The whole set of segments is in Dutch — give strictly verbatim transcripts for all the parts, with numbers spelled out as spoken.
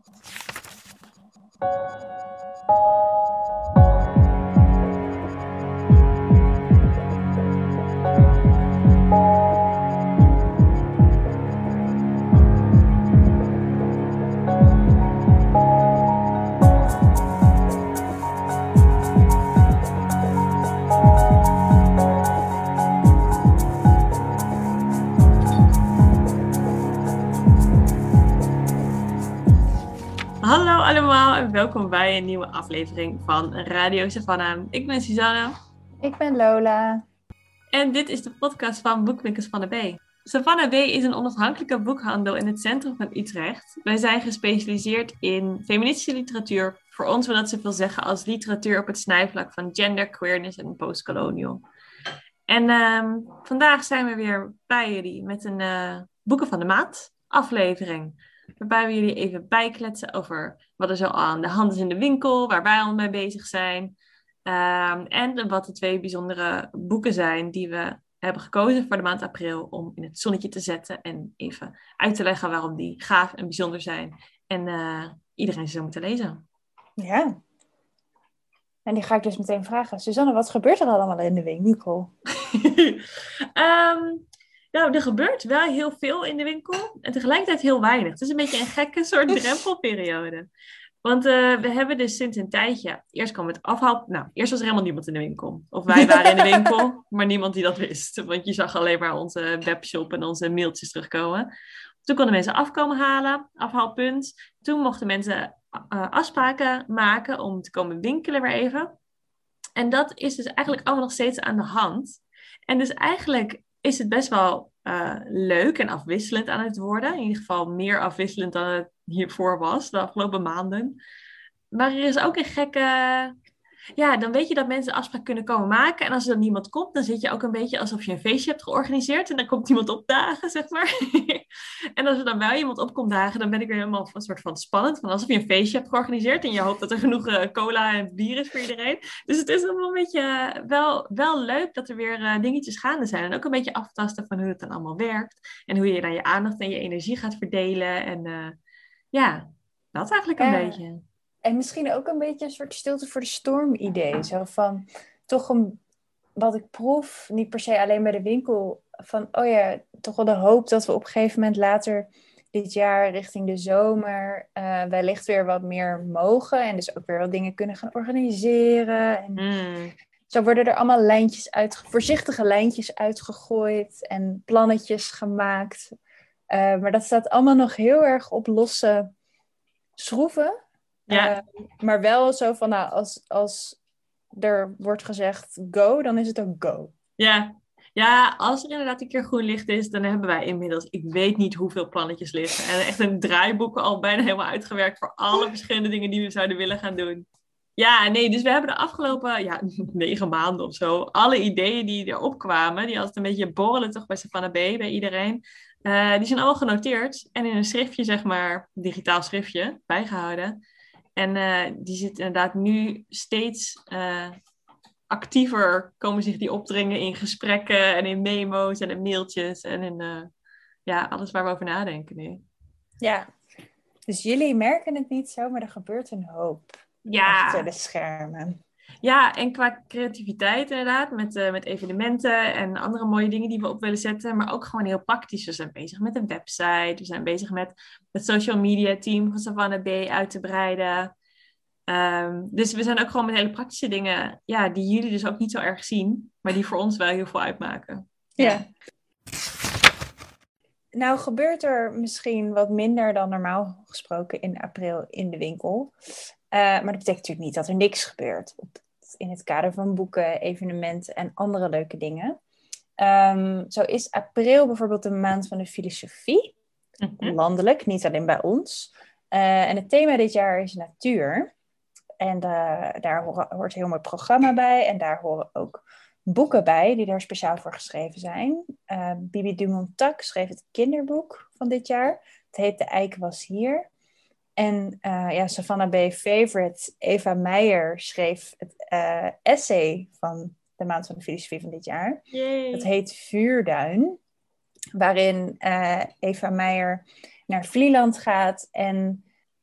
Hallo allemaal en welkom bij een nieuwe aflevering van Radio Savannah. Ik ben Suzanne. Ik ben Lola. En dit is de podcast van Boekwinkels van de B. Savannah B is een onafhankelijke boekhandel in het centrum van Utrecht. Wij zijn gespecialiseerd in feministische literatuur. Voor ons wil dat zoveel zeggen als literatuur op het snijvlak van gender, queerness en postcolonial. En uh, vandaag zijn we weer bij jullie met een uh, Boeken van de Maand aflevering. Waarbij we jullie even bijkletsen over wat er zo aan de hand is in de winkel, waar wij al mee bezig zijn. Um, en wat de twee bijzondere boeken zijn die we hebben gekozen voor de maand april om in het zonnetje te zetten. En even uit te leggen waarom die gaaf en bijzonder zijn. En uh, iedereen ze zou moeten lezen. Ja. En die ga ik dus meteen vragen. Suzanne, wat gebeurt er allemaal in de winkel? um, Nou, er gebeurt wel heel veel in de winkel en tegelijkertijd heel weinig. Het is een beetje een gekke soort drempelperiode. Want uh, we hebben dus sinds een tijdje... Eerst kwam het afhaal... Nou, eerst was er helemaal niemand in de winkel. Of wij waren in de winkel, maar niemand die dat wist. Want je zag alleen maar onze webshop en onze mailtjes terugkomen. Toen konden mensen afkomen halen, afhaalpunt. Toen mochten mensen uh, afspraken maken om te komen winkelen weer even. En dat is dus eigenlijk allemaal nog steeds aan de hand. En dus eigenlijk... is het best wel uh, leuk en afwisselend aan het worden. In ieder geval meer afwisselend dan het hiervoor was, de afgelopen maanden. Maar er is ook een gekke... Ja, dan weet je dat mensen afspraak kunnen komen maken. En als er dan niemand komt, dan zit je ook een beetje alsof je een feestje hebt georganiseerd. En dan komt iemand opdagen, zeg maar. En als er dan wel iemand opkomt dagen, dan ben ik weer helemaal een soort van spannend. Van alsof je een feestje hebt georganiseerd. En je hoopt dat er genoeg uh, cola en bier is voor iedereen. Dus het is allemaal een beetje uh, wel, wel leuk dat er weer uh, dingetjes gaande zijn. En ook een beetje aftasten van hoe het dan allemaal werkt. En hoe je dan je aandacht en je energie gaat verdelen. En uh, ja, dat eigenlijk een ja. beetje. En misschien ook een beetje een soort stilte voor de storm idee. Zo van, toch een, wat ik proef, niet per se alleen bij de winkel. Van, oh ja, toch wel de hoop dat we op een gegeven moment later dit jaar richting de zomer uh, wellicht weer wat meer mogen. En dus ook weer wat dingen kunnen gaan organiseren. En Mm. zo worden er allemaal lijntjes uit, voorzichtige lijntjes uitgegooid en plannetjes gemaakt. Uh, maar dat staat allemaal nog heel erg op losse schroeven. Ja. Uh, maar wel zo van, nou, als, als er wordt gezegd go, dan is het ook go. Ja. ja, als er inderdaad een keer groen licht is, dan hebben wij inmiddels, ik weet niet hoeveel plannetjes liggen. En echt een draaiboek al bijna helemaal uitgewerkt voor alle verschillende dingen die we zouden willen gaan doen. Ja, nee, dus we hebben de afgelopen ja, negen maanden of zo, alle ideeën die erop kwamen, die altijd een beetje borrelen toch bij Savannah B, bij iedereen, uh, die zijn allemaal genoteerd en in een schriftje, zeg maar, digitaal schriftje, bijgehouden. En uh, die zit inderdaad nu steeds uh, actiever, komen zich die opdringen in gesprekken en in memo's en in mailtjes en in uh, ja, alles waar we over nadenken nu. Ja, dus jullie merken het niet zo, maar er gebeurt een hoop ja. achter de schermen. Ja, en qua creativiteit inderdaad, met, uh, met evenementen en andere mooie dingen die we op willen zetten, maar ook gewoon heel praktisch. We zijn bezig met een website, we zijn bezig met het social media team van Savannah B uit te breiden. Um, dus we zijn ook gewoon met hele praktische dingen, ja, die jullie dus ook niet zo erg zien, maar die voor ons wel heel veel uitmaken. Ja. ja. Nou gebeurt er misschien wat minder dan normaal gesproken in april in de winkel. Uh, maar dat betekent natuurlijk niet dat er niks gebeurt op, in het kader van boeken, evenementen en andere leuke dingen. Um, zo is april bijvoorbeeld de maand van de filosofie. Mm-hmm. Landelijk, niet alleen bij ons. Uh, en het thema dit jaar is natuur. En uh, daar hoort, hoort een heel mooi programma bij. En daar horen ook boeken bij die daar speciaal voor geschreven zijn. Uh, Bibi Dumontac schreef het kinderboek van dit jaar. Het heet De Eik was hier. En uh, ja, Savannah B. favorite Eva Meijer schreef het uh, essay van de maand van de filosofie van dit jaar. Yay. Dat heet Vuurduin. Waarin uh, Eva Meijer naar Vlieland gaat en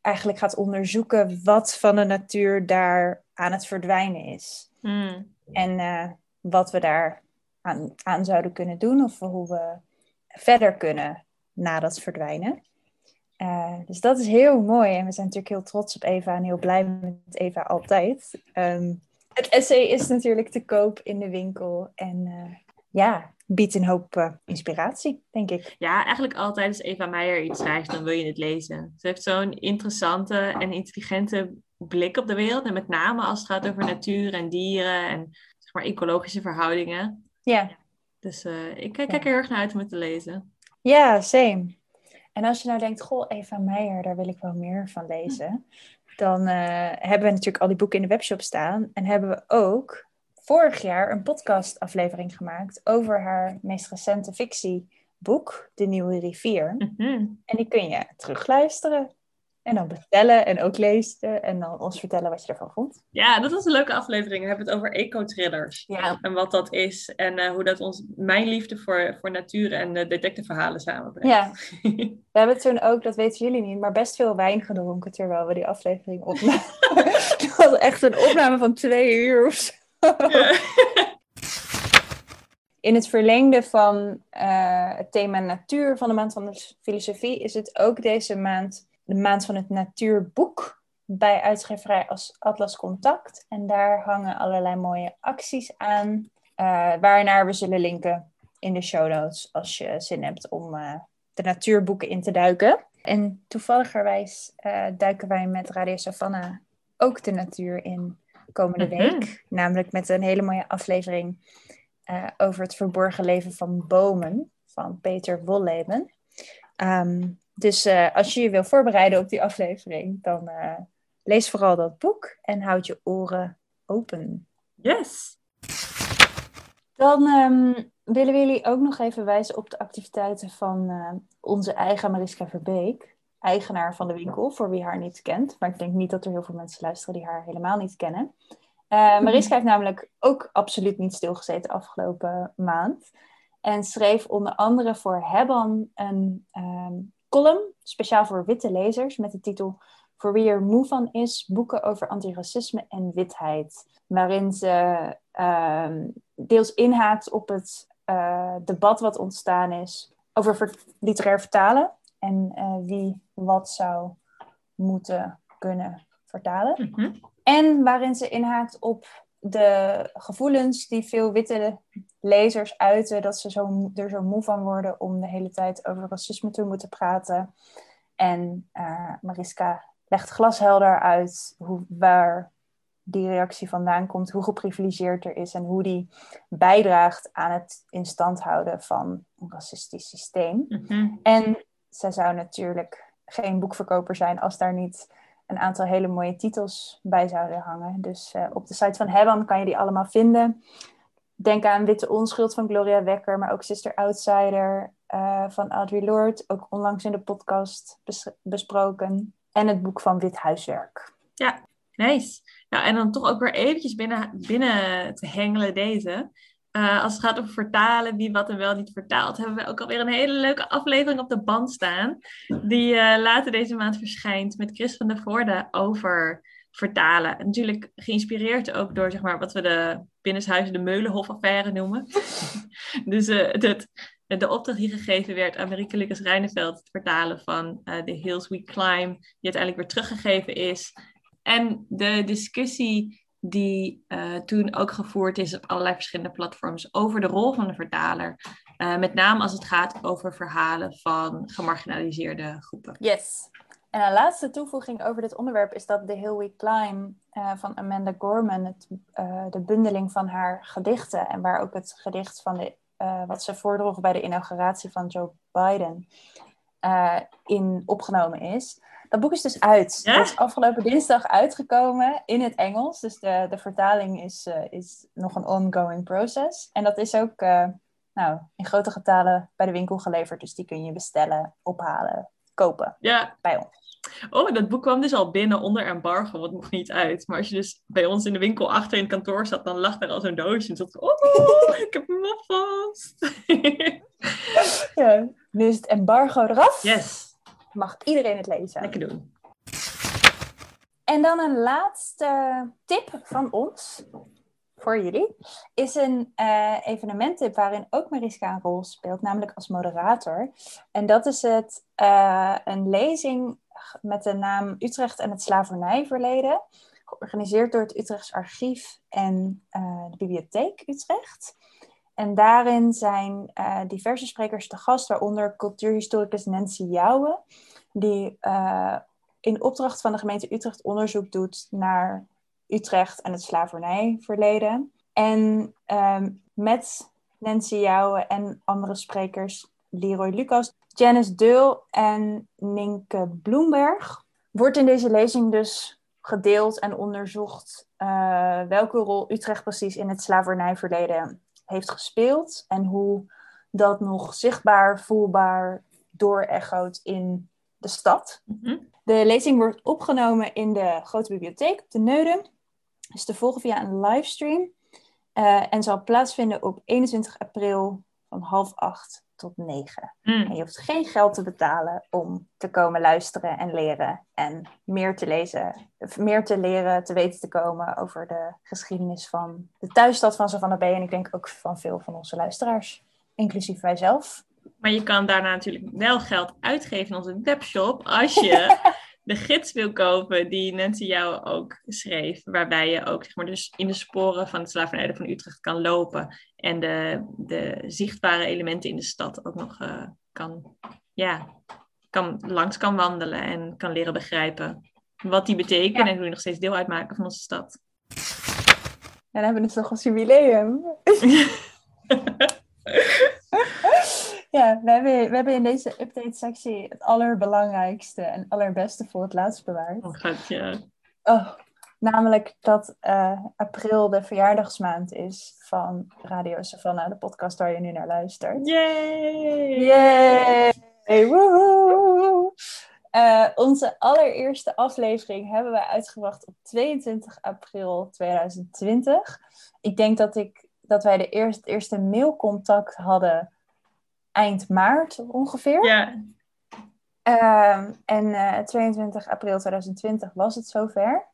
eigenlijk gaat onderzoeken wat van de natuur daar aan het verdwijnen is. Mm. En uh, wat we daar aan, aan zouden kunnen doen of hoe we verder kunnen na dat verdwijnen. Uh, dus dat is heel mooi. En we zijn natuurlijk heel trots op Eva en heel blij met Eva altijd. Um, het essay is natuurlijk te koop in de winkel. En uh, ja, biedt een hoop uh, inspiratie, denk ik. Ja, eigenlijk altijd als Eva Meijer iets schrijft, dan wil je het lezen. Ze heeft zo'n interessante en intelligente blik op de wereld. En met name als het gaat over natuur en dieren en zeg maar ecologische verhoudingen. Ja. Dus uh, ik kijk ja. er heel erg naar uit om het te lezen. Ja, same. En als je nou denkt, goh, Eva Meijer, daar wil ik wel meer van lezen. Dan uh, hebben we natuurlijk al die boeken in de webshop staan. En hebben we ook vorig jaar een podcastaflevering gemaakt over haar meest recente fictieboek, De Nieuwe Rivier. Mm-hmm. En die kun je terugluisteren. En dan bestellen en ook lezen. En dan ons vertellen wat je ervan vond. Ja, dat was een leuke aflevering. We hebben het over eco-thrillers. Ja. En wat dat is. En uh, hoe dat ons, mijn liefde voor, voor natuur en uh, detectiveverhalen samenbrengt. Ja. We hebben toen ook, dat weten jullie niet, maar best veel wijn gedronken terwijl we die aflevering opnamen. Dat was echt een opname van twee uur of zo. Ja. In het verlengde van uh, het thema natuur van de Maand van de Filosofie is het ook deze maand de Maand van het Natuurboek bij uitgeverij als Atlas Contact. En daar hangen allerlei mooie acties aan, uh, waarnaar we zullen linken in de show notes als je zin hebt om uh, de natuurboeken in te duiken. En toevalligerwijs uh, duiken wij met Radio Savannah ook de natuur in komende week. Mm-hmm. Namelijk met een hele mooie aflevering uh, over het verborgen leven van bomen van Peter Wolleben. Um, dus uh, als je je wil voorbereiden op die aflevering, dan uh, lees vooral dat boek en houd je oren open. Yes! Dan um, willen we jullie ook nog even wijzen op de activiteiten van uh, onze eigen Mariska Verbeek, eigenaar van de winkel, voor wie haar niet kent. Maar ik denk niet dat er heel veel mensen luisteren die haar helemaal niet kennen. Uh, Mariska heeft namelijk ook absoluut niet stilgezeten afgelopen maand. En schreef onder andere voor Hebban een um, column, speciaal voor witte lezers, met de titel Voor wie er moe van is, boeken over antiracisme en witheid. Waarin ze uh, deels inhaakt op het uh, debat wat ontstaan is over ver- literair vertalen. En uh, wie wat zou moeten kunnen vertalen. Mm-hmm. En waarin ze inhaakt op de gevoelens die veel witte lezers uiten, dat ze zo, er zo moe van worden om de hele tijd over racisme te moeten praten. En uh, Mariska legt glashelder uit hoe, waar die reactie vandaan komt, hoe geprivilegeerd er is en hoe die bijdraagt aan het in stand houden van een racistisch systeem. Mm-hmm. En zij zou natuurlijk geen boekverkoper zijn als daar niet een aantal hele mooie titels bij zouden hangen. Dus uh, op de site van Hebban kan je die allemaal vinden. Denk aan Witte Onschuld van Gloria Wekker, maar ook Sister Outsider uh, van Audre Lorde, ook onlangs in de podcast bes- besproken. En het boek van Wit Huiswerk. Ja, nice. Ja, en dan toch ook weer eventjes binnen, binnen te hengelen deze. Uh, als het gaat over vertalen, wie wat en wel niet vertaalt, hebben we ook alweer een hele leuke aflevering op de band staan. Die uh, later deze maand verschijnt met Chris van der Voorde over vertalen. En natuurlijk geïnspireerd ook door zeg maar, wat we de binnenshuizen de Meulenhof-affaire noemen. Dus uh, het, de opdracht die gegeven werd aan Marieke Lucas Reineveld, het vertalen van uh, The Hills We Climb, die uiteindelijk weer teruggegeven is. En de discussie die uh, toen ook gevoerd is op allerlei verschillende platforms over de rol van de vertaler. Uh, met name als het gaat over verhalen van gemarginaliseerde groepen. Yes. En een laatste toevoeging over dit onderwerp is dat The Hill We Climb uh, van Amanda Gorman, het, uh, de bundeling van haar gedichten, en waar ook het gedicht van de, uh, wat ze voordroeg bij de inauguratie van Joe Biden uh, in opgenomen is. Dat boek is dus uit. Ja? Het is afgelopen dinsdag uitgekomen in het Engels. Dus de, de vertaling is, uh, is nog een ongoing process. En dat is ook uh, nou, in grote getalen bij de winkel geleverd. Dus die kun je bestellen, ophalen, kopen Ja. bij ons. Oh, dat boek kwam dus al binnen onder embargo, want het mocht niet uit. Maar als je dus bij ons in de winkel achter in het kantoor zat, dan lag er al zo'n doosje. En zat oh, ik heb hem alvast. Ja, nu is het embargo eraf. Yes. Mag iedereen het lezen. Lekker doen. En dan een laatste tip van ons, voor jullie, is een uh, evenementtip waarin ook Mariska een rol speelt, namelijk als moderator. En dat is het, uh, een lezing met de naam Utrecht en het slavernijverleden, georganiseerd door het Utrechts Archief en uh, de Bibliotheek Utrecht. En daarin zijn uh, diverse sprekers te gast, waaronder cultuurhistoricus Nancy Jouwe, die uh, in opdracht van de gemeente Utrecht onderzoek doet naar Utrecht en het slavernijverleden. En um, met Nancy Jouwe en andere sprekers, Leroy Lucas, Janice Deul en Nienke Bloemberg, wordt in deze lezing dus gedeeld en onderzocht uh, welke rol Utrecht precies in het slavernijverleden heeft gespeeld en hoe dat nog zichtbaar, voelbaar doorechoot in de stad. Mm-hmm. De lezing wordt opgenomen in de Grote Bibliotheek op de Neuden. Is te volgen via een livestream. Uh, en zal plaatsvinden op eenentwintig april van half acht tot negen. Mm. En je hoeft geen geld te betalen om te komen luisteren en leren. En meer te lezen, meer te leren, te weten te komen over de geschiedenis van de thuisstad van Savannah Bay. En ik denk ook van veel van onze luisteraars, inclusief wij zelf. Maar je kan daarna natuurlijk wel geld uitgeven in onze webshop als je de gids wil kopen die Nancy jou ook schreef. Waarbij je ook zeg maar, dus in de sporen van het slavernij van Utrecht kan lopen. En de, de zichtbare elementen in de stad ook nog uh, kan, ja, kan, langs kan wandelen en kan leren begrijpen wat die betekenen. Ja. En hoe die nog steeds deel uitmaken van onze stad. Ja, dan hebben we dus nog als jubileum. Ja, we hebben, we hebben in deze update-sectie het allerbelangrijkste en allerbeste voor het laatst bewaard. Oh, God, ja. Oh, namelijk dat uh, april de verjaardagsmaand is van Radio Savannah, de podcast waar je nu naar luistert. Yay! Yay! Hey, woehoe! Uh, onze allereerste aflevering hebben we uitgebracht op tweeëntwintig april tweeduizend twintig. Ik denk dat, ik, dat wij de eerste, het eerste mailcontact hadden eind maart ongeveer. Ja. Uh, en uh, tweeëntwintig april tweeduizend twintig was het zover.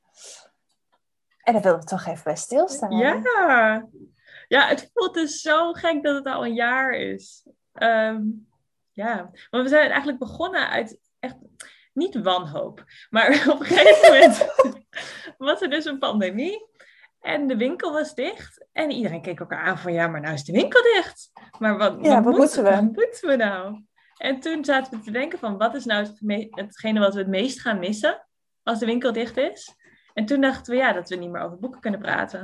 En daar wilden we toch even bij stilstaan. Ja. Ja, het voelt dus zo gek dat het al een jaar is. Um, ja, want we zijn eigenlijk begonnen uit echt niet wanhoop. Maar op een gegeven moment was er dus een pandemie. En de winkel was dicht. En iedereen keek elkaar aan van, ja, maar nou is de winkel dicht. Maar wat, ja, wat, wat moeten we? Wat moeten we nou? En toen zaten we te denken van, wat is nou het me- hetgene wat we het meest gaan missen als de winkel dicht is? En toen dachten we, ja, dat we niet meer over boeken kunnen praten.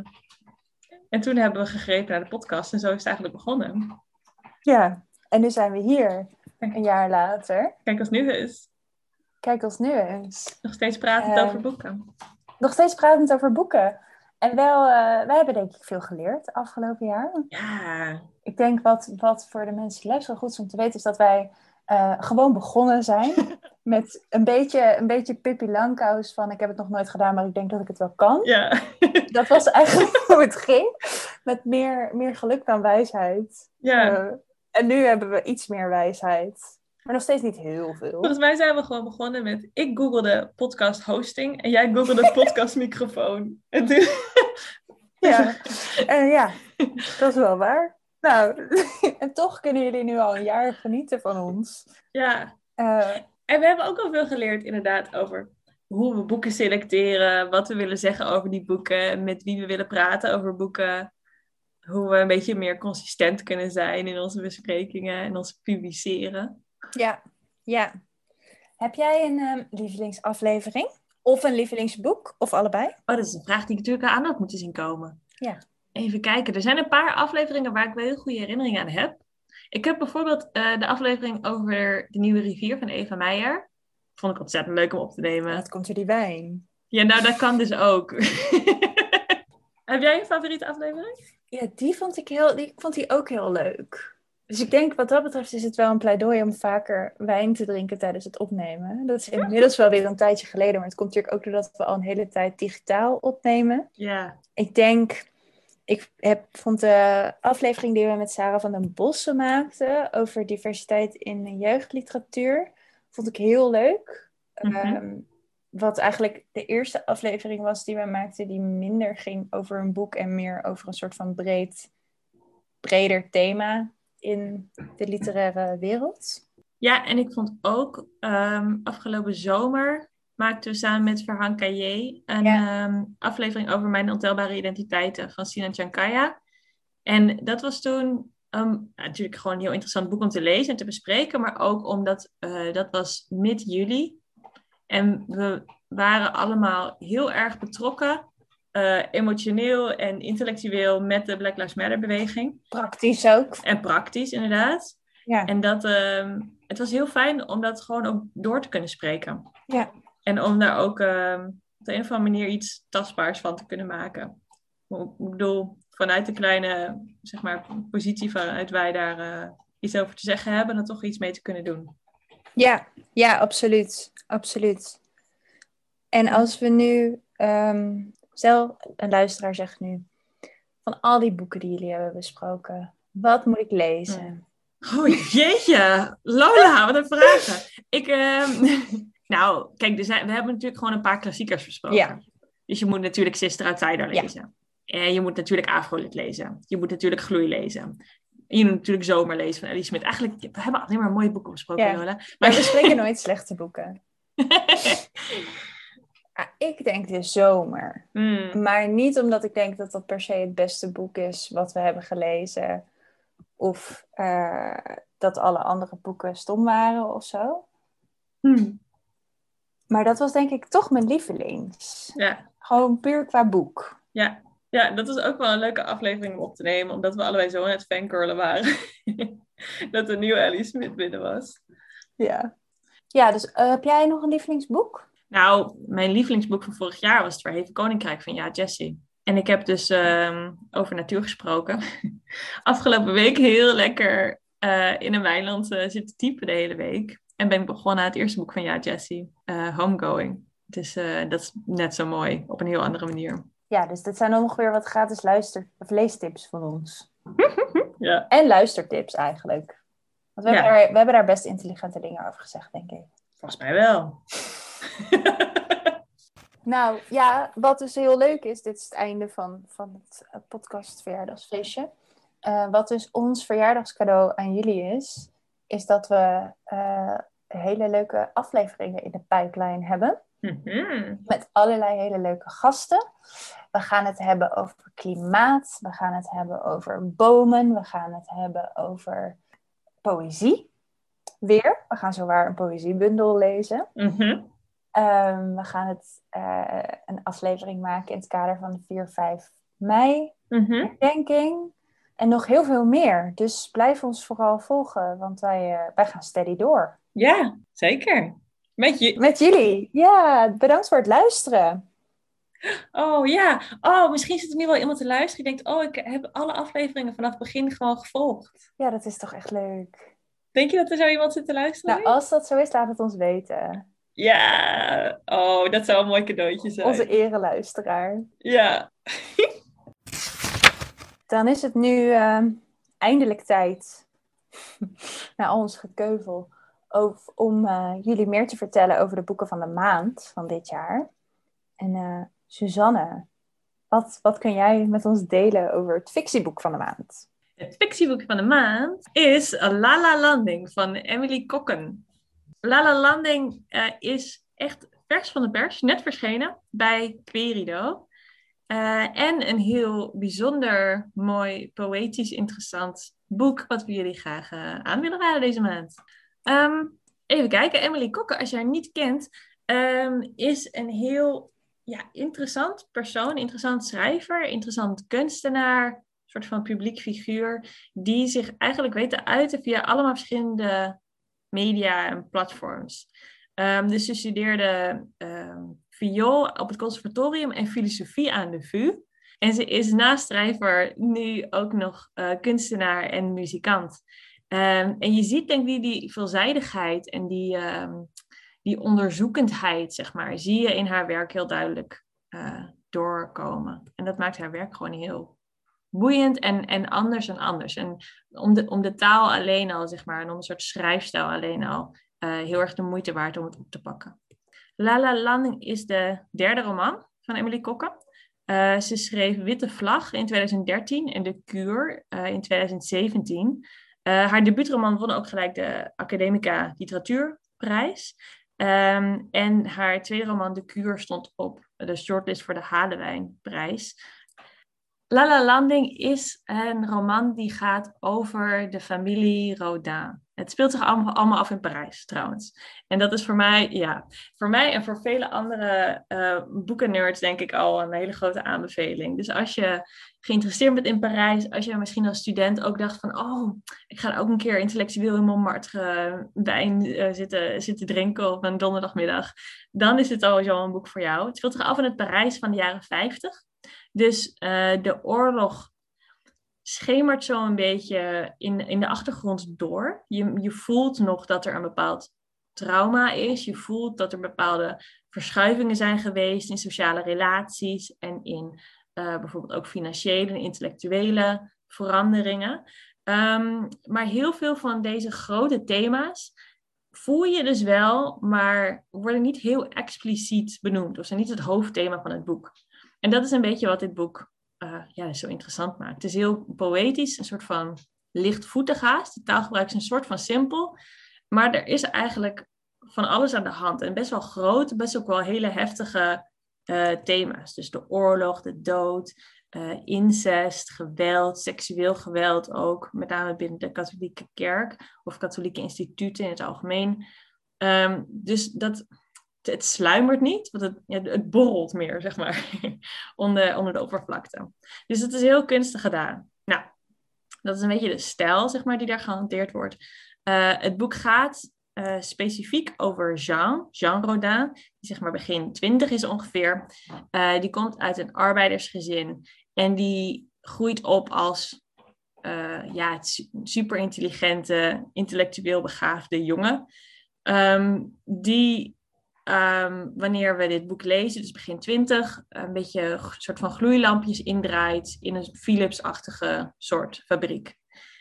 En toen hebben we gegrepen naar de podcast. En zo is het eigenlijk begonnen. Ja, en nu zijn we hier. Een jaar later. Kijk als nu is. Kijk als nu is. Nog steeds pratend uh, over boeken. Nog steeds pratend over boeken. En wel, uh, wij hebben denk ik veel geleerd afgelopen jaar. Ja. Ik denk wat, wat voor de mensen die luisteren goed is om te weten, is dat wij uh, gewoon begonnen zijn. Met een beetje, een beetje Pippi Langkous van ik heb het nog nooit gedaan, maar ik denk dat ik het wel kan. Ja. Dat was eigenlijk hoe het ging. Met meer, meer geluk dan wijsheid. Ja. Uh, en nu hebben we iets meer wijsheid. Maar nog steeds niet heel veel. Volgens mij zijn we gewoon begonnen met... Ik googelde podcast hosting en jij googelde podcast microfoon. En toen... Ja. Uh, ja, dat is wel waar. Nou, en toch kunnen jullie nu al een jaar genieten van ons. Ja. Uh, en we hebben ook al veel geleerd inderdaad over hoe we boeken selecteren. Wat we willen zeggen over die boeken. Met wie we willen praten over boeken. Hoe we een beetje meer consistent kunnen zijn in onze besprekingen en ons publiceren. Ja, ja. Heb jij een um, lievelingsaflevering? Of een lievelingsboek? Of allebei? Oh, dat is een vraag die ik natuurlijk aan had moeten zien komen. Ja. Even kijken. Er zijn een paar afleveringen waar ik wel heel goede herinneringen aan heb. Ik heb bijvoorbeeld uh, de aflevering over de Nieuwe Rivier van Eva Meijer. Vond ik ontzettend leuk om op te nemen. Wat komt er die wijn? Ja, nou dat kan dus ook. Heb jij een favoriete aflevering? Ja, die vond ik heel, die vond die ook heel leuk. Dus ik denk wat dat betreft is het wel een pleidooi om vaker wijn te drinken tijdens het opnemen. Dat is inmiddels wel weer een tijdje geleden, maar het komt natuurlijk ook doordat we al een hele tijd digitaal opnemen. Ja. Ik denk, ik heb, vond de aflevering die we met Sarah van den Bossen maakten over diversiteit in jeugdliteratuur, vond ik heel leuk. Mm-hmm. Um, wat eigenlijk de eerste aflevering was die we maakten, die minder ging over een boek en meer over een soort van breed, breder thema in de literaire wereld. Ja, en ik vond ook um, afgelopen zomer maakten we samen met Farhan Kaye een Ja. um, aflevering over mijn ontelbare identiteiten van Sinan Chankaya. En dat was toen um, natuurlijk gewoon een heel interessant boek om te lezen en te bespreken, maar ook omdat uh, dat was mid-juli. En we waren allemaal heel erg betrokken, uh, emotioneel en intellectueel met de Black Lives Matter beweging. Praktisch ook. En praktisch, inderdaad. Ja. En dat, uh, het was heel fijn om dat gewoon ook door te kunnen spreken. Ja. En om daar ook uh, op de een of andere manier iets tastbaars van te kunnen maken. Ik bedoel, vanuit de kleine, zeg maar, positie vanuit wij daar uh, iets over te zeggen hebben, dan toch iets mee te kunnen doen. Ja, ja, absoluut. Absoluut. En als we nu, um, stel een luisteraar zegt nu, van al die boeken die jullie hebben besproken, wat moet ik lezen? Oh jeetje, Lola, wat een vragen. Ik, uh, nou, kijk, er zijn, we hebben natuurlijk gewoon een paar klassiekers besproken. Ja. Dus je moet natuurlijk Sister Outsider lezen. Ja. En je moet natuurlijk Afrolit lezen. Je moet natuurlijk Gloei lezen. En je moet natuurlijk Zomer lezen van Ellie Smit. Eigenlijk, we hebben alleen maar mooie boeken besproken, ja. Lola. Maar we spreken nooit slechte boeken. Ja, ik denk de Zomer. Mm. Maar niet omdat ik denk dat dat per se het beste boek is wat we hebben gelezen. Of uh, dat alle andere boeken stom waren of zo. Mm. Maar dat was denk ik toch mijn lievelings. Ja. Gewoon puur qua boek. Ja. Ja, dat was ook wel een leuke aflevering om op te nemen. Omdat we allebei zo aan het fangirlen waren. Dat er nieuwe Ellie Smit binnen was. Ja. Ja, dus uh, heb jij nog een lievelingsboek? Nou, mijn lievelingsboek van vorig jaar was Het Verheven Koninkrijk van Ja Jessie. En ik heb dus um, over natuur gesproken. Afgelopen week heel lekker uh, in een weiland uh, zitten typen de hele week. En ben ik begonnen aan het eerste boek van Ja Jessie, uh, Homegoing. Dus uh, dat is net zo mooi, op een heel andere manier. Ja, dus dit zijn ongeveer wat gratis luister- of leestips van ons. Ja. En luistertips eigenlijk. Want we, ja. hebben daar, we hebben daar best intelligente dingen over gezegd, denk ik. Volgens mij wel. Nou ja, wat dus heel leuk is, dit is het einde van, van het podcast verjaardagsfeestje. Uh, wat dus ons verjaardagscadeau aan jullie is, is dat we uh, hele leuke afleveringen in de pipeline hebben. Mm-hmm. Met allerlei hele leuke gasten. We gaan het hebben over klimaat. We gaan het hebben over bomen. We gaan het hebben over poëzie. Weer. We gaan zowaar een poëziebundel lezen. Mm-hmm. Um, we gaan het, uh, een aflevering maken in het kader van de vier vijf mei. Mm-hmm. Herdenking. En nog heel veel meer. Dus blijf ons vooral volgen. Want wij, uh, wij gaan steady door. Ja, zeker. Met, je... Met jullie. Ja, bedankt voor het luisteren. Oh ja. Oh, misschien zit er nu wel iemand te luisteren die denkt, oh, ik heb alle afleveringen vanaf het begin gewoon gevolgd. Ja, dat is toch echt leuk. Denk je dat er zo iemand zit te luisteren? Nou, als dat zo is, laat het ons weten. Ja. Oh, dat zou een mooi cadeautje zijn. Onze ereluisteraar. Ja. Dan is het nu uh, eindelijk tijd, na al ons gekeuvel, over, om uh, jullie meer te vertellen over de boeken van de maand van dit jaar. En uh, Suzanne, wat, wat kun jij met ons delen over het fictieboek van de maand? Het fictieboek van de maand is Lala Landing van Emily Kokken. Lala Landing uh, is echt vers van de pers, net verschenen bij Querido. Uh, en een heel bijzonder, mooi, poëtisch interessant boek wat we jullie graag uh, aan willen raden deze maand. Um, even kijken, Emily Kokken, als je haar niet kent, um, is een heel ja, interessant persoon, interessant schrijver, interessant kunstenaar, een soort van publiek figuur, die zich eigenlijk weet te uiten via allemaal verschillende media en platforms. Um, dus ze studeerde um, viool op het conservatorium en filosofie aan de V U. En ze is naast schrijver nu ook nog uh, kunstenaar en muzikant. Um, en je ziet denk ik die, die veelzijdigheid en die, um, die onderzoekendheid, zeg maar, zie je in haar werk heel duidelijk uh, doorkomen. En dat maakt haar werk gewoon heel boeiend en, en anders en anders. En om de, om de taal alleen al, zeg maar, en om een soort schrijfstijl alleen al, uh, heel erg de moeite waard om het op te pakken. La La Landing is de derde roman van Emily Kokke. Uh, ze schreef Witte Vlag in twintig dertien en De Kuur uh, in twintig zeventien. Uh, haar debuutroman won ook gelijk de Academica Literatuurprijs. Um, en haar tweede roman De Kuur stond op de shortlist voor de Halewijnprijs. La La Landing is een roman die gaat over de familie Rodin. Het speelt zich allemaal, allemaal af in Parijs trouwens. En dat is voor mij, ja, voor mij en voor vele andere uh, boekennerds denk ik al een hele grote aanbeveling. Dus als je geïnteresseerd bent in Parijs, als je misschien als student ook dacht van, oh, ik ga ook een keer intellectueel in Montmartre uh, wijn uh, zitten, zitten drinken op een donderdagmiddag, dan is het sowieso een boek voor jou. Het speelt zich af in het Parijs van de jaren vijftig. Dus uh, de oorlog schemert zo een beetje in, in de achtergrond door. Je, je voelt nog dat er een bepaald trauma is. Je voelt dat er bepaalde verschuivingen zijn geweest in sociale relaties en in uh, bijvoorbeeld ook financiële en intellectuele veranderingen. Um, maar heel veel van deze grote thema's voel je dus wel, maar worden niet heel expliciet benoemd. Of zijn niet het hoofdthema van het boek. En dat is een beetje wat dit boek uh, ja, zo interessant maakt. Het is heel poëtisch, een soort van lichtvoetig haast. De taalgebruik is een soort van simpel. Maar er is eigenlijk van alles aan de hand. En best wel groot, best ook wel hele heftige uh, thema's. Dus de oorlog, de dood, uh, incest, geweld, seksueel geweld ook. Met name binnen de katholieke kerk of katholieke instituten in het algemeen. Um, dus dat... Het sluimert niet, want het, ja, het borrelt meer, zeg maar, onder, onder de oppervlakte. Dus het is heel kunstig gedaan. Nou, dat is een beetje de stijl, zeg maar, die daar gehanteerd wordt. Uh, het boek gaat uh, specifiek over Jean, Jean Rodin, die zeg maar begin twintig is ongeveer. Uh, die komt uit een arbeidersgezin en die groeit op als uh, ja, het super intelligente, intellectueel begaafde jongen. Um, die... Um, wanneer we dit boek lezen, dus begin twintig, een beetje een soort van gloeilampjes indraait in een Philips-achtige soort fabriek.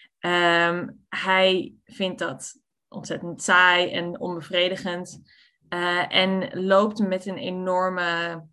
Um, hij vindt dat ontzettend saai en onbevredigend uh, en loopt met een enorme,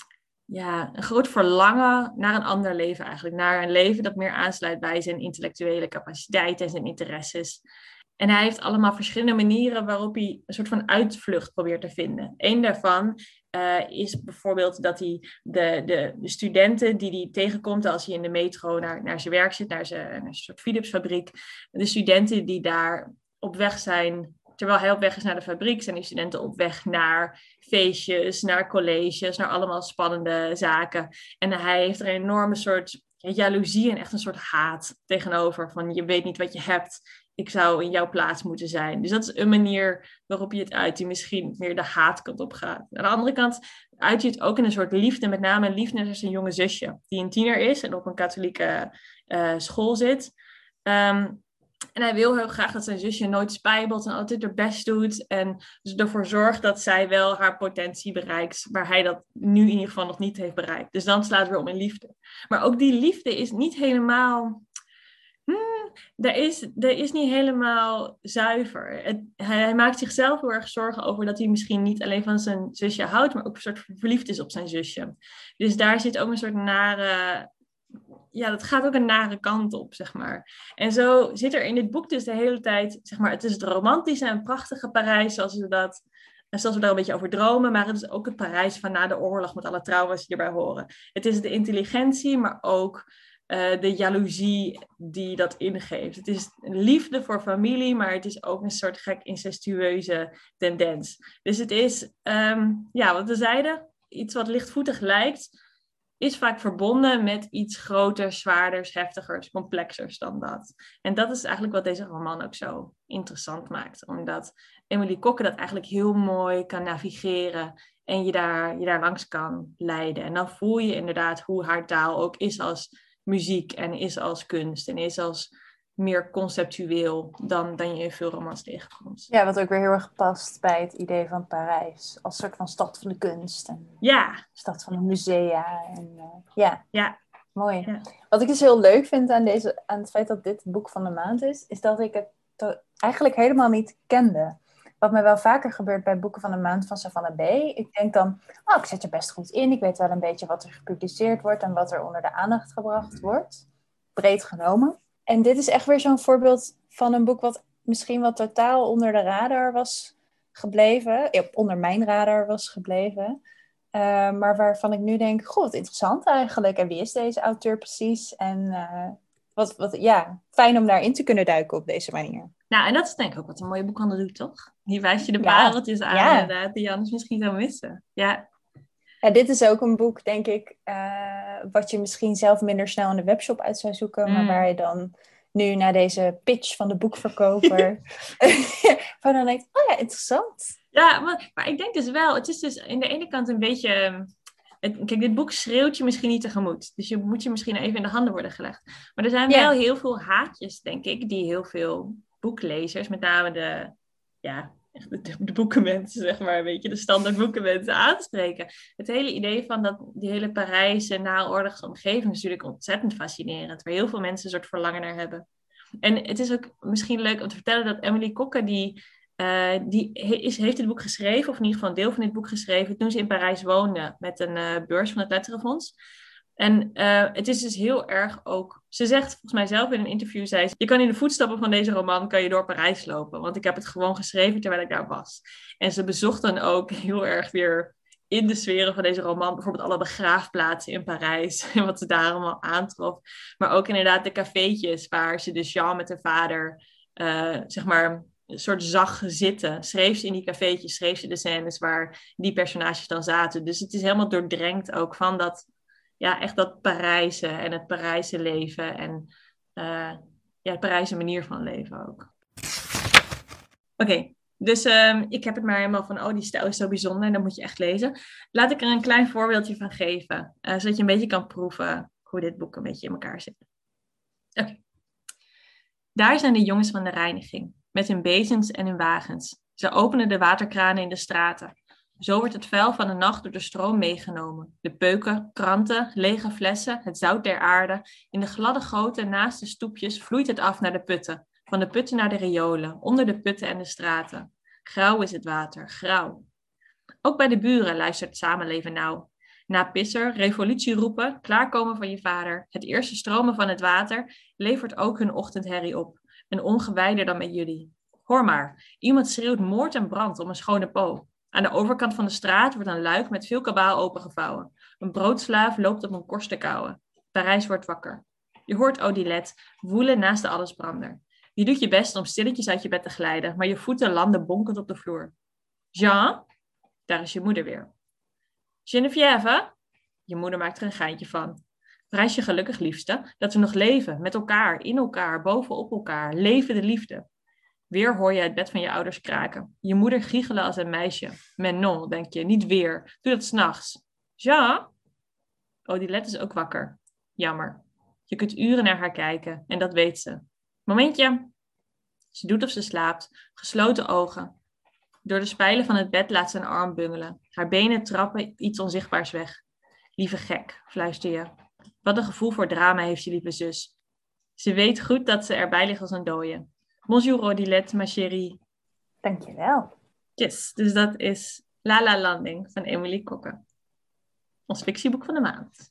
ja, een groot verlangen naar een ander leven eigenlijk. Naar een leven dat meer aansluit bij zijn intellectuele capaciteiten en zijn interesses. En hij heeft allemaal verschillende manieren waarop hij een soort van uitvlucht probeert te vinden. Eén daarvan uh, is bijvoorbeeld dat hij de, de, de studenten die hij tegenkomt als hij in de metro naar, naar zijn werk zit, naar zijn, naar zijn soort Philips-fabriek. De studenten die daar op weg zijn, terwijl hij op weg is naar de fabriek, zijn die studenten op weg naar feestjes, naar colleges, naar allemaal spannende zaken. En hij heeft er een enorme soort jaloezie en echt een soort haat tegenover. Van je weet niet wat je hebt. Ik zou in jouw plaats moeten zijn. Dus dat is een manier waarop je het uit, die misschien meer de haatkant op gaat. Aan de andere kant uit je het ook in een soort liefde, met name een liefde naar zijn jonge zusje, die een tiener is en op een katholieke uh, school zit. Um, en hij wil heel graag dat zijn zusje nooit spijbelt en altijd haar best doet. En dus ervoor zorgt dat zij wel haar potentie bereikt, waar hij dat nu in ieder geval nog niet heeft bereikt. Dus dan slaat het weer om in liefde. Maar ook die liefde is niet helemaal... Hmm, dat is, dat is niet helemaal zuiver. Het, hij, hij maakt zichzelf heel erg zorgen over dat hij misschien niet alleen van zijn zusje houdt, maar ook een soort verliefd is op zijn zusje. Dus daar zit ook een soort nare... Ja, dat gaat ook een nare kant op, zeg maar. En zo zit er in dit boek dus de hele tijd, zeg maar, het is het romantische en prachtige Parijs, zoals we dat... Zoals we daar een beetje over dromen, maar het is ook het Parijs van na de oorlog met alle trauma's die erbij horen. Het is de intelligentie, maar ook uh, de jaloezie die dat ingeeft. Het is liefde voor familie, maar het is ook een soort gek incestueuze tendens. Dus het is, um, ja, wat we zeiden, iets wat lichtvoetig lijkt, is vaak verbonden met iets groters, zwaarders, heftigers, complexers dan dat. En dat is eigenlijk wat deze roman ook zo interessant maakt. Omdat Emily Kokke dat eigenlijk heel mooi kan navigeren en je daar, je daar langs kan leiden. En dan voel je inderdaad hoe haar taal ook is als muziek en is als kunst en is als meer conceptueel dan, dan je in veel romans tegenkomt. Ja, wat ook weer heel erg past bij het idee van Parijs. Als soort van stad van de kunst. En ja. Stad van de musea. En, uh, ja. ja, mooi. Ja. Wat ik dus heel leuk vind aan, deze, aan het feit dat dit boek van de maand is, is dat ik het to- eigenlijk helemaal niet kende. wat me wel vaker gebeurt bij boeken van de maand van Savannah B. Ik denk dan, oh, ik zit er best goed in. Ik weet wel een beetje wat er gepubliceerd wordt en wat er onder de aandacht gebracht wordt. Breed genomen. En dit is echt weer zo'n voorbeeld van een boek wat misschien wel totaal onder de radar was gebleven. Ja, onder mijn radar was gebleven. Uh, maar waarvan ik nu denk, goed, interessant eigenlijk. En wie is deze auteur precies? En uh, wat, wat, ja, fijn om daarin te kunnen duiken op deze manier. Nou, en dat is denk ik ook wat een mooie boekhandel doet, toch? Hier wijs je de Ja, pareltjes aan, ja. inderdaad, die je anders misschien zou missen. Ja. Ja, dit is ook een boek, denk ik, uh, wat je misschien zelf minder snel in de webshop uit zou zoeken, mm. maar waar je dan nu na deze pitch van de boekverkoper van dan denkt, oh ja, interessant. Ja, maar, maar ik denk dus wel, het is dus aan de ene kant een beetje... Het, kijk, dit boek schreeuwt je misschien niet tegemoet. Dus je moet je misschien even in de handen worden gelegd. Maar er zijn wel yeah. heel veel haakjes, denk ik, die heel veel boeklezers, met name de, ja, de, de boekenmensen, zeg maar, een beetje de standaard boekenmensen aanspreken. Het hele idee van dat, die hele Parijse naoorlogse omgeving is natuurlijk ontzettend fascinerend, waar heel veel mensen een soort verlangen naar hebben. En het is ook misschien leuk om te vertellen dat Emily Cokke, die... Uh, die is, heeft dit boek geschreven, of in ieder geval een deel van dit boek geschreven, toen ze in Parijs woonde met een uh, beurs van het Letterenfonds. En uh, het is dus heel erg ook... Ze zegt volgens mij zelf in een interview, zei ze, je kan in de voetstappen van deze roman, kan je door Parijs lopen. Want ik heb het gewoon geschreven terwijl ik daar was. En ze bezocht dan ook heel erg weer in de sferen van deze roman, bijvoorbeeld alle begraafplaatsen in Parijs, en wat ze daar allemaal aantrof. Maar ook inderdaad de cafeetjes waar ze dus Jean met haar vader, uh, zeg maar... een soort zag zitten. Schreef ze in die cafeetjes, schreef ze de scènes waar die personages dan zaten. Dus het is helemaal doordrenkt ook van dat, ja, echt dat Parijse en het Parijse leven en uh, ja, de Parijse manier van leven ook. Oké, okay, dus um, ik heb het maar helemaal van, oh, die stijl is zo bijzonder en dat moet je echt lezen. Laat ik er een klein voorbeeldje van geven, uh, zodat je een beetje kan proeven hoe dit boek een beetje in elkaar zit. Oké. Okay. Daar zijn de jongens van de reiniging, met hun bezems en hun wagens. Ze openen de waterkranen in de straten. Zo wordt het vuil van de nacht door de stroom meegenomen. De peuken, kranten, lege flessen, het zout der aarde. In de gladde goten naast de stoepjes vloeit het af naar de putten. Van de putten naar de riolen, onder de putten en de straten. Grauw is het water, grauw. Ook bij de buren luistert het samenleven nauw. Na pisser, revolutie roepen, klaarkomen van je vader, het eerste stromen van het water, levert ook hun ochtendherrie op. Een ongewijder dan met jullie. Hoor maar, iemand schreeuwt moord en brand om een schone po. Aan de overkant van de straat wordt een luik met veel kabaal opengevouwen. Een broodslaaf loopt op een korst te kauwen. Parijs wordt wakker. Je hoort Odilette woelen naast de allesbrander. Je doet je best om stilletjes uit je bed te glijden, maar je voeten landen bonkend op de vloer. Jean? Daar is je moeder weer. Geneviève? Je moeder maakt er een geintje van. Prijs je gelukkig, liefste, dat we nog leven, met elkaar, in elkaar, bovenop elkaar, leven de liefde. Weer hoor je het bed van je ouders kraken. Je moeder giechelen als een meisje. Mais non, denk je, niet weer. Doe dat 's nachts. Jean? Odilette is ook wakker. Jammer. Je kunt uren naar haar kijken, en dat weet ze. Momentje. Ze doet of ze slaapt, gesloten ogen. Door de spijlen van het bed laat ze een arm bungelen. Haar benen trappen iets onzichtbaars weg. Lieve gek, fluister je. Wat een gevoel voor drama heeft je lieve zus. Ze weet goed dat ze erbij ligt als een dooie. Bonjour Odilette, ma chérie. Dankjewel. Yes, dus dat is La La Landing van Emily Cokke. Ons fictieboek van de maand.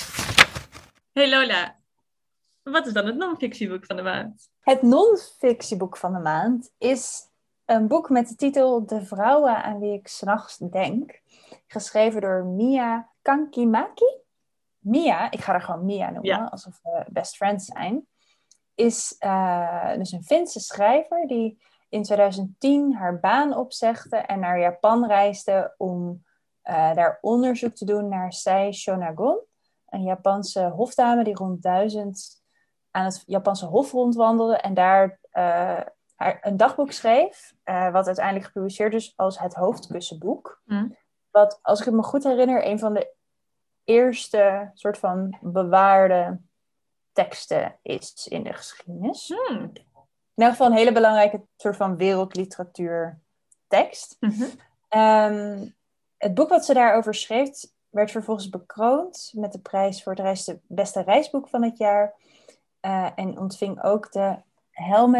Hey Lola, wat is dan het non-fictieboek van de maand? Het non-fictieboek van de maand is een boek met de titel De vrouwen aan wie ik 's nachts denk. Geschreven door Mia Kankimaki. Mia, ik ga haar gewoon Mia noemen, ja. Alsof we best friends zijn. Is uh, dus een Finse schrijver die in twintig tien haar baan opzegde en naar Japan reisde om uh, daar onderzoek te doen naar Sei Shonagon. Een Japanse hofdame die rond duizend aan het Japanse hof rondwandelde en daar uh, haar, een dagboek schreef, uh, wat uiteindelijk gepubliceerd is als het hoofdkussenboek. Mm. Wat, als ik het me goed herinner, een van de eerste soort van bewaarde teksten is in de geschiedenis. Hmm. In ieder geval een hele belangrijke soort van wereldliteratuur tekst. Mm-hmm. Um, het boek wat ze daarover schreef werd vervolgens bekroond met de prijs voor het reis, beste reisboek van het jaar. Uh, en ontving ook de Helmet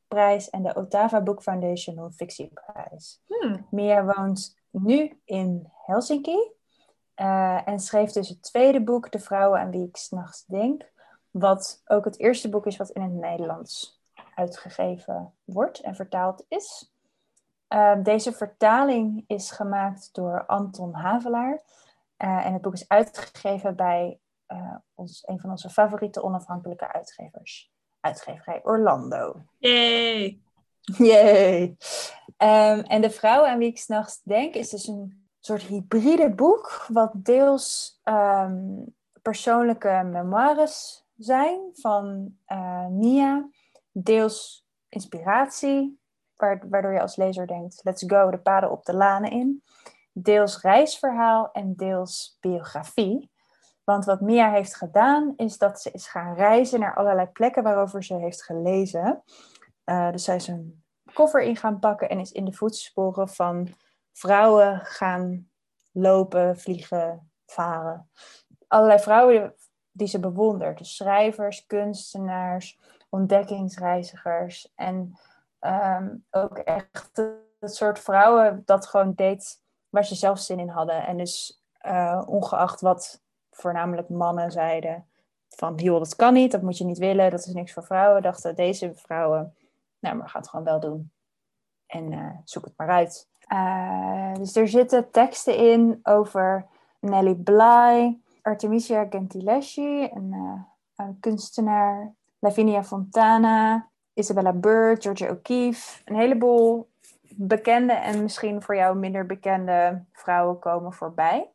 Prijs en de Otava Book Foundation Non-fictieprijs. Hmm. Mia woont nu in Helsinki uh, en schreef dus het tweede boek, De vrouwen aan wie ik 's nachts denk, wat ook het eerste boek is wat in het Nederlands uitgegeven wordt en vertaald is. Uh, deze vertaling is gemaakt door Anton Havelaar uh, en het boek is uitgegeven bij uh, ons, een van onze favoriete onafhankelijke uitgevers, uitgeverij Orlando. Yay! Yay! Um, en De vrouw aan wie ik 's nachts denk is dus een soort hybride boek, wat deels um, persoonlijke memoires zijn van uh, Mia, deels inspiratie, waardoor je als lezer denkt, let's go, de paden op de lanen in. Deels reisverhaal en deels biografie. Want wat Mia heeft gedaan, is dat ze is gaan reizen naar allerlei plekken waarover ze heeft gelezen. Uh, dus zij is een koffer in gaan pakken en is in de voetsporen van vrouwen gaan lopen, vliegen, varen. Allerlei vrouwen die ze bewondert. Dus schrijvers, kunstenaars, ontdekkingsreizigers. En um, ook echt het soort vrouwen dat gewoon deed waar ze zelf zin in hadden. En dus uh, ongeacht wat voornamelijk mannen zeiden van, joh, dat kan niet, dat moet je niet willen, dat is niks voor vrouwen, dachten deze vrouwen, nou, maar ga het gewoon wel doen. En uh, zoek het maar uit. Uh, dus er zitten teksten in over Nellie Bly, Artemisia Gentileschi, een, uh, een kunstenaar, Lavinia Fontana, Isabella Bird, Georgia O'Keeffe. Een heleboel bekende en misschien voor jou minder bekende vrouwen komen voorbij.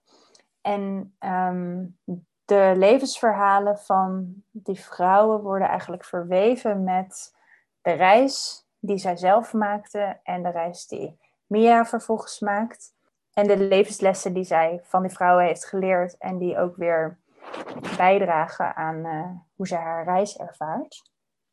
En um, de levensverhalen van die vrouwen worden eigenlijk verweven met de reis die zij zelf maakte en de reis die Mia vervolgens maakt. En de levenslessen die zij van die vrouwen heeft geleerd en die ook weer bijdragen aan uh, hoe zij haar reis ervaart.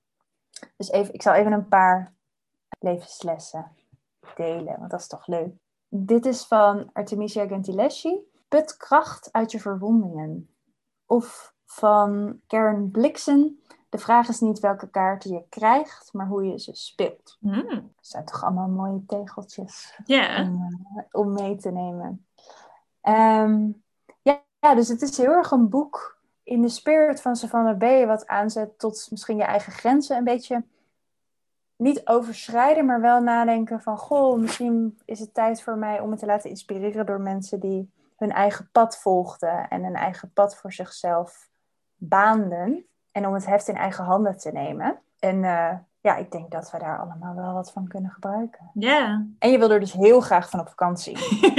Dus even, ik zal even een paar levenslessen delen, want dat is toch leuk. Dit is van Artemisia Gentileschi. Put kracht uit je verwondingen. Of van Karen Blixen. De vraag is niet welke kaarten je krijgt, maar hoe je ze speelt. Mm. Dat zijn toch allemaal mooie tegeltjes Yeah. om, uh, om mee te nemen. Um, ja, ja, dus het is heel erg een boek in de spirit van Savannah B. Wat aanzet tot misschien je eigen grenzen een beetje niet overschrijden, maar wel nadenken van, goh, misschien is het tijd voor mij om me te laten inspireren door mensen die hun eigen pad volgden en een eigen pad voor zichzelf baanden. En om het heft in eigen handen te nemen. En uh, ja, ik denk dat we daar allemaal wel wat van kunnen gebruiken. Ja. Yeah. En je wil er dus heel graag van op vakantie.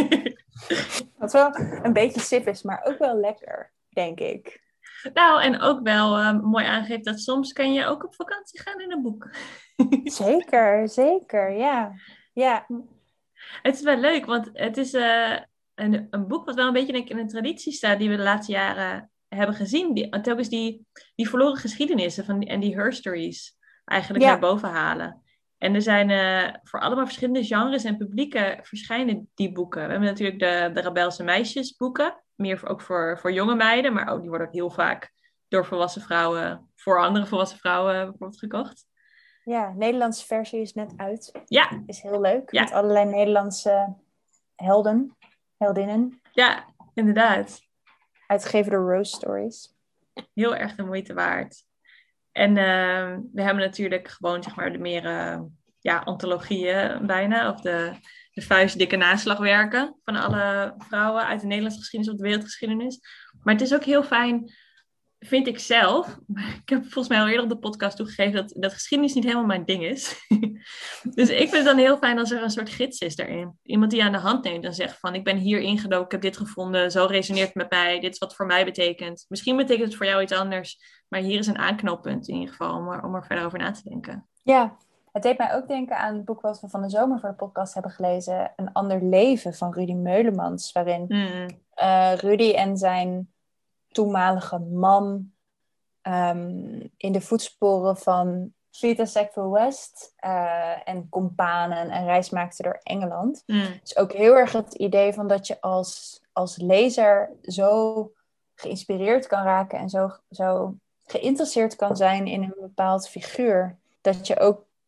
Wat wel een beetje sip is, maar ook wel lekker, denk ik. Nou, en ook wel uh, mooi aangeeft dat soms kan je ook op vakantie gaan in een boek. Zeker, zeker, ja. ja. Het is wel leuk, want het is uh, een, een boek wat wel een beetje denk ik, in een traditie staat die we de laatste jaren hebben gezien. Die, telkens die, die verloren geschiedenissen van die, en die herstories eigenlijk ja. naar boven halen. En er zijn uh, voor allemaal verschillende genres en publieken verschijnen die boeken. We hebben natuurlijk de, de Rebelse meisjesboeken. Meer voor, ook voor, voor jonge meiden. Maar ook, die worden ook heel vaak door volwassen vrouwen, voor andere volwassen vrouwen bijvoorbeeld gekocht. Ja, de Nederlandse versie is net uit. Ja. Is heel leuk. Ja. Met allerlei Nederlandse helden, heldinnen. Ja, inderdaad. Uitgegeven door Rose Stories. Heel erg de moeite waard. En uh, we hebben natuurlijk gewoon zeg maar de meer uh, ja, antologieën bijna. Of de, de vuistdikke naslagwerken van alle vrouwen uit de Nederlandse geschiedenis of de wereldgeschiedenis. Maar het is ook heel fijn, vind ik zelf. Ik heb volgens mij al eerder op de podcast toegegeven dat, dat geschiedenis niet helemaal mijn ding is. Dus ik vind het dan heel fijn als er een soort gids is daarin. Iemand die je aan de hand neemt en zegt van, ik ben hier ingedoken, ik heb dit gevonden, zo resoneert het met mij, dit is wat voor mij betekent. Misschien betekent het voor jou iets anders, maar hier is een aanknooppunt in ieder geval om er, om er verder over na te denken. Ja, het deed mij ook denken aan het boek wat we van de zomer voor de podcast hebben gelezen, Een ander leven van Rudy Meulemans, waarin Mm. uh, Rudy en zijn toenmalige man um, in de voetsporen van Rita Sackville West uh, en companen een reis maakten door Engeland. Mm. Dus ook heel erg het idee van dat je als, als lezer zo geïnspireerd kan raken en zo, zo geïnteresseerd kan zijn in een bepaald figuur. Dat je ook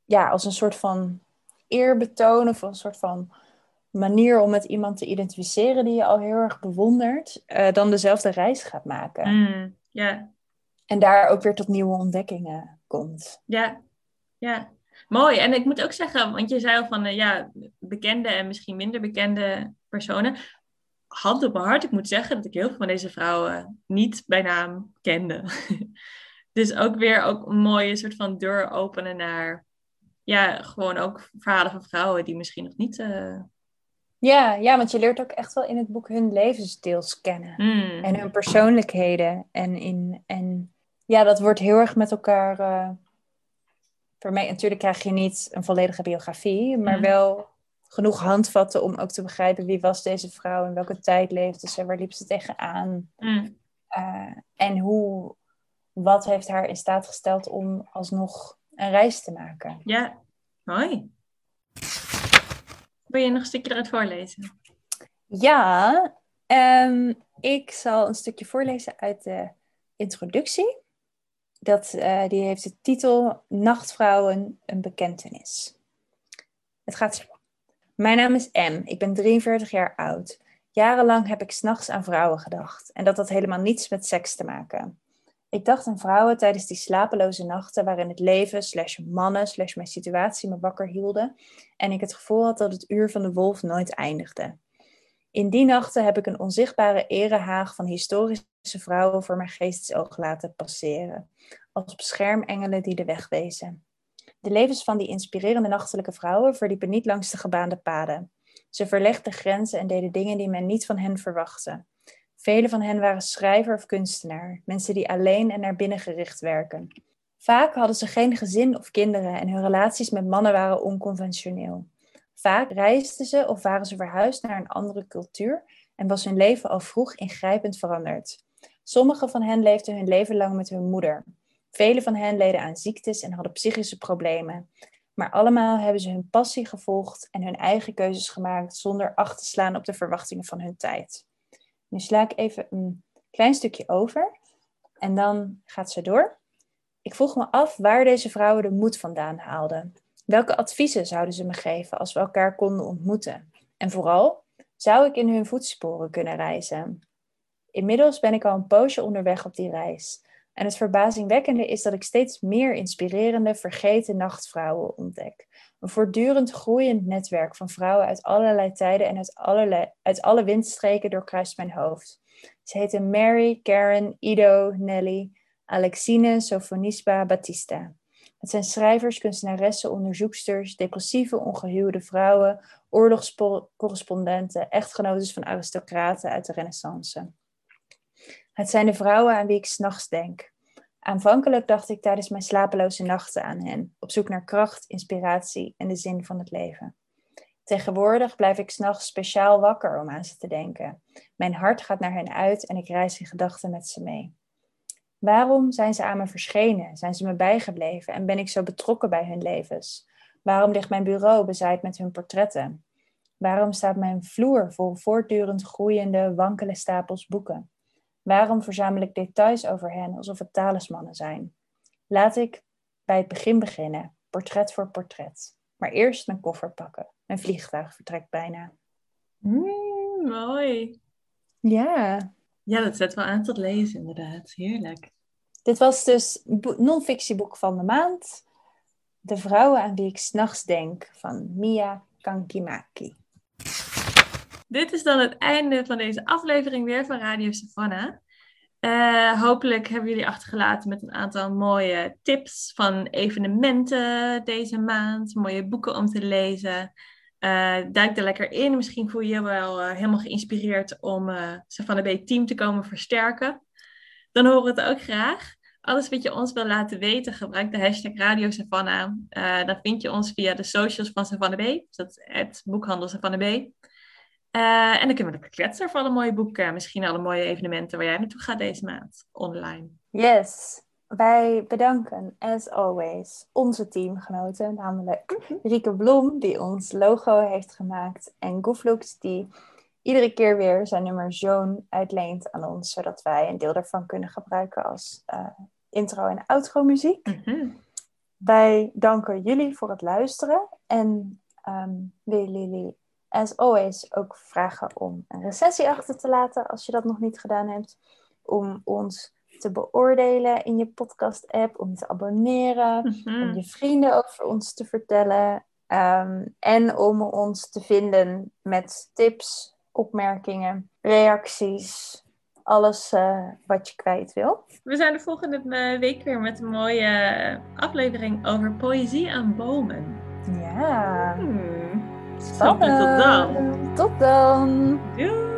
ja, als een soort van eerbetoon of een soort van manier om met iemand te identificeren die je al heel erg bewondert, uh, dan dezelfde reis gaat maken. Mm, ja. En daar ook weer tot nieuwe ontdekkingen komt. Ja, ja. Mooi. En ik moet ook zeggen, want je zei al van uh, ja, bekende en misschien minder bekende personen. Hand op mijn hart, ik moet zeggen dat ik heel veel van deze vrouwen niet bij naam kende. Dus ook weer ook een mooie soort van deur openen naar, ja, gewoon ook verhalen van vrouwen die misschien nog niet... Uh... Ja, ja, want je leert ook echt wel in het boek hun levensdeels kennen. Mm. En hun persoonlijkheden. En, in, en ja, dat wordt heel erg met elkaar... Uh, voor mij, natuurlijk krijg je niet een volledige biografie, maar Mm. wel genoeg handvatten om ook te begrijpen wie was deze vrouw, in welke tijd leefde ze, waar liep ze tegenaan. Mm. Uh, en hoe, wat heeft haar in staat gesteld om alsnog een reis te maken. Ja, mooi. Wil je nog een stukje eruit voorlezen? Ja, um, ik zal een stukje voorlezen uit de introductie. Dat, uh, die heeft de titel Nachtvrouwen, een bekentenis. Het gaat zo. Mijn naam is M. Ik ben drieënveertig jaar oud. Jarenlang heb ik 's nachts aan vrouwen gedacht. En dat had helemaal niets met seks te maken. Ik dacht aan vrouwen tijdens die slapeloze nachten waarin het leven, slash mannen, slash mijn situatie me wakker hielden. En ik het gevoel had dat het uur van de wolf nooit eindigde. In die nachten heb ik een onzichtbare erehaag van historische vrouwen voor mijn geestesoog laten passeren. Als beschermengelen die de weg wezen. De levens van die inspirerende nachtelijke vrouwen verliepen niet langs de gebaande paden. Ze verlegden grenzen en deden dingen die men niet van hen verwachtte. Velen van hen waren schrijver of kunstenaar, mensen die alleen en naar binnen gericht werken. Vaak hadden ze geen gezin of kinderen en hun relaties met mannen waren onconventioneel. Vaak reisden ze of waren ze verhuisd naar een andere cultuur en was hun leven al vroeg ingrijpend veranderd. Sommigen van hen leefden hun leven lang met hun moeder. Velen van hen leden aan ziektes en hadden psychische problemen. Maar allemaal hebben ze hun passie gevolgd en hun eigen keuzes gemaakt zonder acht te slaan op de verwachtingen van hun tijd. Nu sla ik even een klein stukje over en dan gaat ze door. Ik vroeg me af waar deze vrouwen de moed vandaan haalden. Welke adviezen zouden ze me geven als we elkaar konden ontmoeten? En vooral, zou ik in hun voetsporen kunnen reizen? Inmiddels ben ik al een poosje onderweg op die reis. En het verbazingwekkende is dat ik steeds meer inspirerende, vergeten nachtvrouwen ontdek. Een voortdurend groeiend netwerk van vrouwen uit allerlei tijden en uit, allerlei, uit alle windstreken doorkruist mijn hoofd. Ze heten Mary, Karen, Ido, Nelly, Alexine, Sofonisba, Batista. Het zijn schrijvers, kunstenaressen, onderzoeksters, depressieve, ongehuwde vrouwen, oorlogscorrespondenten, echtgenotes van aristocraten uit de Renaissance. Het zijn de vrouwen aan wie ik 's nachts denk. Aanvankelijk dacht ik tijdens mijn slapeloze nachten aan hen, op zoek naar kracht, inspiratie en de zin van het leven. Tegenwoordig blijf ik 's nachts speciaal wakker om aan ze te denken. Mijn hart gaat naar hen uit en ik reis in gedachten met ze mee. Waarom zijn ze aan me verschenen? Zijn ze me bijgebleven en ben ik zo betrokken bij hun levens? Waarom ligt mijn bureau bezaaid met hun portretten? Waarom staat mijn vloer vol voortdurend groeiende, wankele stapels boeken? Waarom verzamel ik details over hen alsof het talismannen zijn? Laat ik bij het begin beginnen, portret voor portret. Maar eerst mijn koffer pakken. Mijn vliegtuig vertrekt bijna. Mm, mooi. Ja. Ja, dat zet wel aan tot lezen inderdaad. Heerlijk. Dit was dus het non-fictieboek van de maand. De vrouwen aan wie ik 's nachts denk van Mia Kankimaki. Dit is dan het einde van deze aflevering weer van Radio Savannah. Uh, hopelijk hebben jullie achtergelaten met een aantal mooie tips van evenementen deze maand. Mooie boeken om te lezen. Uh, duik er lekker in. Misschien voel je je wel uh, helemaal geïnspireerd om uh, Savannah B team te komen versterken. Dan horen we het ook graag. Alles wat je ons wil laten weten, gebruik de hashtag Radio Savannah. Uh, dan vind je ons via de socials van Savannah B. Dus dat is het boekhandel Savannah B. Uh, en dan kunnen we lekker kletsen over alle mooie boeken. Misschien alle mooie evenementen waar jij naartoe gaat deze maand online. Yes, wij bedanken as always onze teamgenoten, namelijk Rieke Blom, die ons logo heeft gemaakt, en Gooflux, die iedere keer weer zijn nummer Zoon uitleent aan ons, zodat wij een deel daarvan kunnen gebruiken als uh, intro- en outro muziek. Mm-hmm. wij danken jullie voor het luisteren. En um, willen jullie, as always, ook vragen om een recensie achter te laten als je dat nog niet gedaan hebt. Om ons te beoordelen in je podcast-app, om je te abonneren, Mm-hmm. om je vrienden over ons te vertellen. Um, en om ons te vinden met tips, opmerkingen, reacties, alles uh, wat je kwijt wil. We zijn de volgende week weer met een mooie aflevering over poëzie aan bomen. Ja. Hmm. Spannend. Tot dan. Tot dan. Doei.